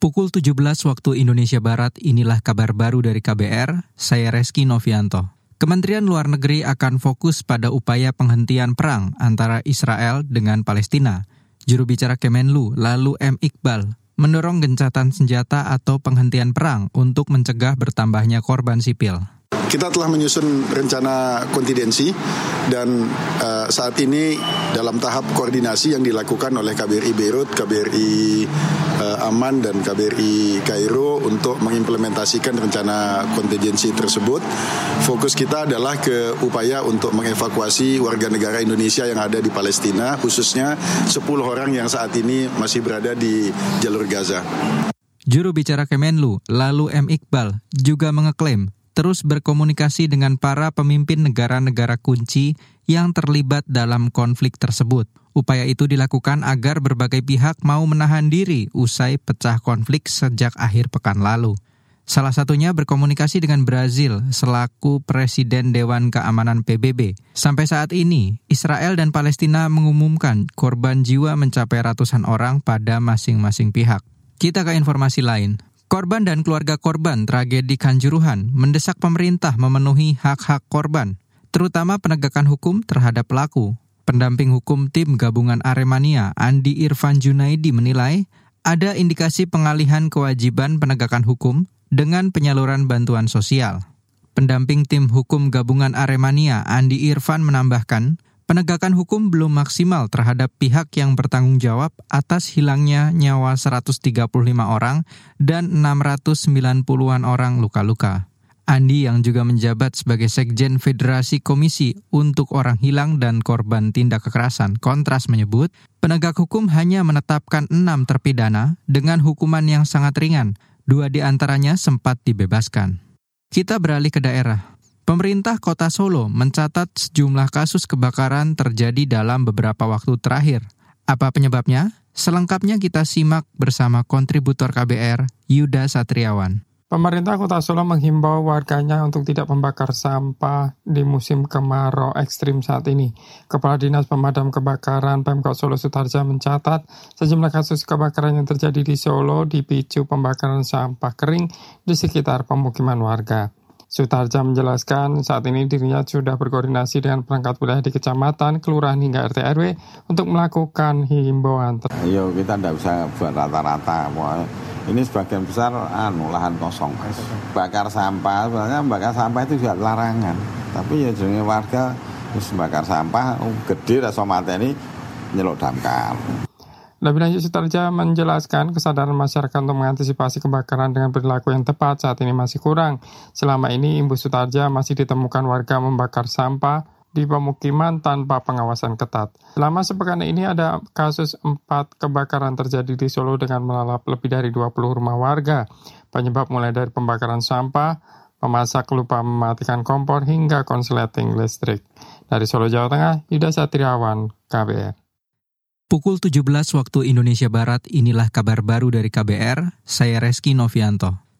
Pukul 17 waktu Indonesia Barat, inilah kabar baru dari KBR, saya Reski Novianto. Kementerian Luar Negeri akan fokus pada upaya penghentian perang antara Israel dengan Palestina. Juru bicara Kemenlu, Lalu M. Iqbal, mendorong gencatan senjata atau penghentian perang untuk mencegah bertambahnya korban sipil. Kita telah menyusun rencana kontingensi dan saat ini dalam tahap koordinasi yang dilakukan oleh KBRI Beirut, KBRI Aman dan KBRI Kairo untuk mengimplementasikan rencana kontingensi tersebut. Fokus kita adalah ke upaya untuk mengevakuasi warga negara Indonesia yang ada di Palestina, khususnya 10 orang yang saat ini masih berada di jalur Gaza. Juru bicara Kemenlu, Lalu M. Iqbal, juga mengeklaim terus berkomunikasi dengan para pemimpin negara-negara kunci yang terlibat dalam konflik tersebut. Upaya itu dilakukan agar berbagai pihak mau menahan diri usai pecah konflik sejak akhir pekan lalu. Salah satunya berkomunikasi dengan Brazil selaku Presiden Dewan Keamanan PBB. Sampai saat ini, Israel dan Palestina mengumumkan korban jiwa mencapai ratusan orang pada masing-masing pihak. Kita ke informasi lain. Korban dan keluarga korban tragedi Kanjuruhan mendesak pemerintah memenuhi hak-hak korban, terutama penegakan hukum terhadap pelaku. Pendamping hukum tim gabungan Aremania, Andi Irfan Junaidi menilai ada indikasi pengalihan kewajiban penegakan hukum dengan penyaluran bantuan sosial. Pendamping tim hukum gabungan Aremania, Andi Irfan menambahkan, penegakan hukum belum maksimal terhadap pihak yang bertanggung jawab atas hilangnya nyawa 135 orang dan 690-an orang luka-luka. Andi yang juga menjabat sebagai Sekjen Federasi Komisi untuk Orang Hilang dan Korban Tindak Kekerasan, Kontras menyebut, penegak hukum hanya menetapkan 6 terpidana dengan hukuman yang sangat ringan, 2 diantaranya sempat dibebaskan. Kita beralih ke daerah. Pemerintah Kota Solo mencatat sejumlah kasus kebakaran terjadi dalam beberapa waktu terakhir. Apa penyebabnya? Selengkapnya kita simak bersama kontributor KBR, Yuda Satriawan. Pemerintah Kota Solo menghimbau warganya untuk tidak membakar sampah di musim kemarau ekstrim saat ini. Kepala Dinas Pemadam Kebakaran Pemkot Solo Sutarja mencatat sejumlah kasus kebakaran yang terjadi di Solo dipicu pembakaran sampah kering di sekitar pemukiman warga. Sutarja menjelaskan saat ini dirinya sudah berkoordinasi dengan perangkat wilayah di kecamatan, kelurahan hingga RT RW untuk melakukan himbauan. Yo, kita tidak bisa buat rata-rata. Ini sebagian besar lahan kosong. Bakar sampah, sebenarnya bakar sampah itu juga larangan. Tapi ya jenenge warga terus bakar sampah gede rasa mateni nyeluk damkar. Lebih lanjut, Sutarja menjelaskan kesadaran masyarakat untuk mengantisipasi kebakaran dengan perilaku yang tepat saat ini masih kurang. Selama ini, Ibu Sutarja masih ditemukan warga membakar sampah di pemukiman tanpa pengawasan ketat. Selama sepekan ini ada kasus 4 kebakaran terjadi di Solo dengan melalap lebih dari 20 rumah warga. Penyebab mulai dari pembakaran sampah, memasak lupa mematikan kompor, hingga konsleting listrik. Dari Solo, Jawa Tengah, Yuda Satriawan, KBR. Pukul 17 waktu Indonesia Barat, inilah kabar baru dari KBR, saya Reski Novianto.